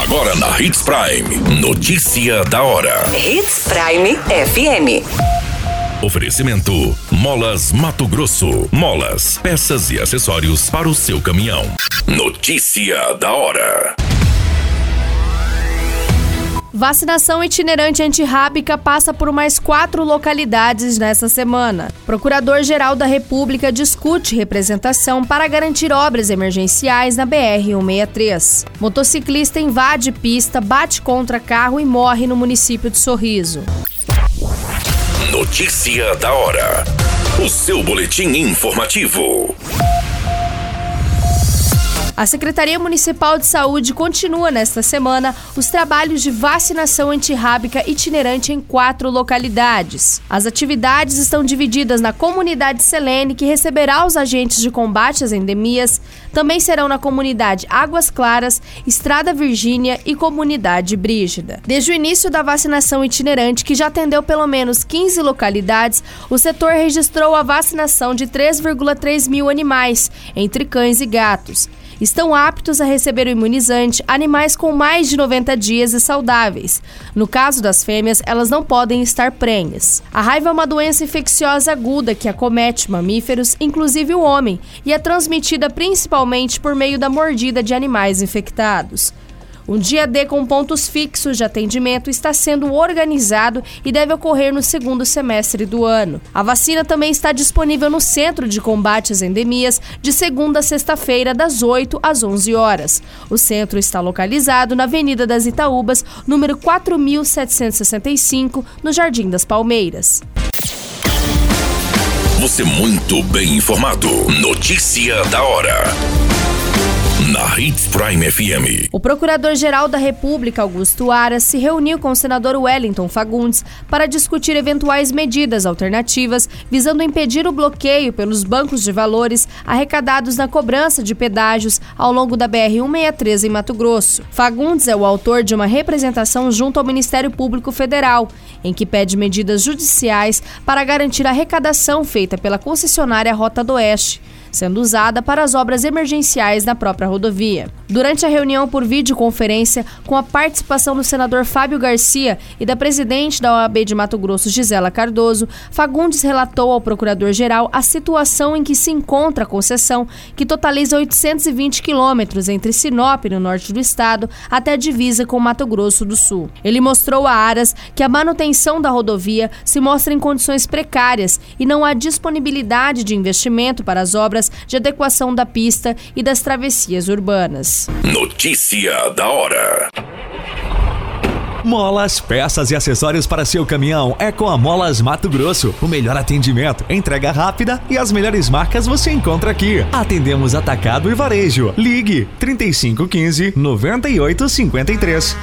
Agora na Hits Prime, notícia da hora. Hits Prime FM. Oferecimento Molas Mato Grosso. Molas, peças e acessórios para o seu caminhão. Notícia da hora. Vacinação itinerante antirrábica passa por mais 4 localidades nesta semana. Procurador-Geral da República discute representação para garantir obras emergenciais na BR-163. Motociclista invade pista, bate contra carro e morre no município de Sorriso. Notícia da hora. O seu boletim informativo. A Secretaria Municipal de Saúde continua nesta semana os trabalhos de vacinação antirrábica itinerante em 4 localidades. As atividades estão divididas na comunidade Selene, que receberá os agentes de combate às endemias, também serão na comunidade Águas Claras, Estrada Virgínia e comunidade Brígida. Desde o início da vacinação itinerante, que já atendeu pelo menos 15 localidades, o setor registrou a vacinação de 3,3 mil animais, entre cães e gatos. Estão aptos a receber o imunizante animais com mais de 90 dias e saudáveis. No caso das fêmeas, elas não podem estar prenhas. A raiva é uma doença infecciosa aguda que acomete mamíferos, inclusive o homem, e é transmitida principalmente por meio da mordida de animais infectados. Um dia D com pontos fixos de atendimento está sendo organizado e deve ocorrer no segundo semestre do ano. A vacina também está disponível no Centro de Combate às Endemias de segunda a sexta-feira, das 8 às 11 horas. O centro está localizado na Avenida das Itaúbas, número 4.765, no Jardim das Palmeiras. Você muito bem informado. Notícia da hora. Na Hits Prime FM. O Procurador-Geral da República, Augusto Aras, se reuniu com o senador Wellington Fagundes para discutir eventuais medidas alternativas visando impedir o bloqueio pelos bancos de valores arrecadados na cobrança de pedágios ao longo da BR-163 em Mato Grosso. Fagundes é o autor de uma representação junto ao Ministério Público Federal, em que pede medidas judiciais para garantir a arrecadação feita pela concessionária Rota do Oeste, sendo usada para as obras emergenciais na própria rodovia. Durante a reunião por videoconferência, com a participação do senador Fábio Garcia e da presidente da OAB de Mato Grosso, Gisela Cardoso, Fagundes relatou ao procurador-geral a situação em que se encontra a concessão, que totaliza 820 quilômetros entre Sinop, no norte do estado, até a divisa com Mato Grosso do Sul. Ele mostrou a Aras que a manutenção da rodovia se mostra em condições precárias e não há disponibilidade de investimento para as obras de adequação da pista e das travessias urbanas. Notícia da hora. Molas, peças e acessórios para seu caminhão é com a Molas Mato Grosso. O melhor atendimento, entrega rápida e as melhores marcas você encontra aqui. Atendemos atacado e varejo. Ligue 3515-9853.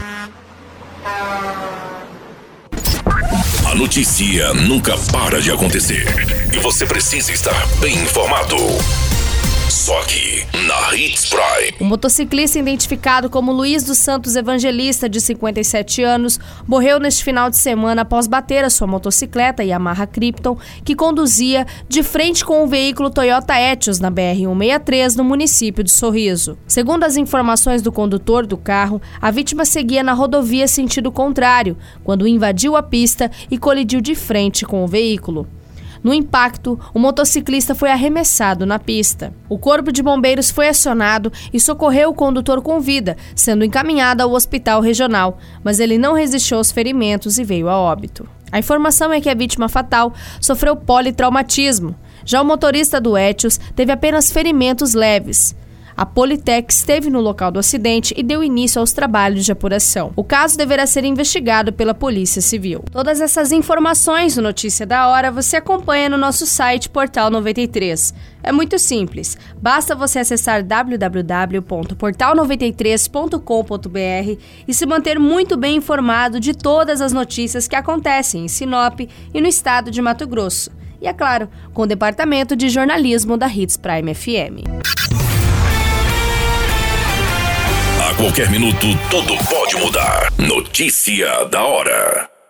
A notícia nunca para de acontecer e você precisa estar bem informado. Só aqui na Hits Prime. O motociclista identificado como Luiz dos Santos Evangelista, de 57 anos, morreu neste final de semana após bater a sua motocicleta Yamaha Krypton, que conduzia de frente com o veículo Toyota Etios na BR-163, no município de Sorriso. Segundo as informações do condutor do carro, a vítima seguia na rodovia sentido contrário, quando invadiu a pista e colidiu de frente com o veículo. No impacto, o motociclista foi arremessado na pista. O corpo de bombeiros foi acionado e socorreu o condutor com vida, sendo encaminhado ao hospital regional, mas ele não resistiu aos ferimentos e veio a óbito. A informação é que a vítima fatal sofreu politraumatismo. Já o motorista do Etios teve apenas ferimentos leves. A Politec esteve no local do acidente e deu início aos trabalhos de apuração. O caso deverá ser investigado pela Polícia Civil. Todas essas informações do Notícia da Hora você acompanha no nosso site Portal 93. É muito simples, basta você acessar www.portal93.com.br e se manter muito bem informado de todas as notícias que acontecem em Sinop e no estado de Mato Grosso. E é claro, com o Departamento de Jornalismo da Hits Prime FM. A qualquer minuto, tudo pode mudar. Notícia da hora.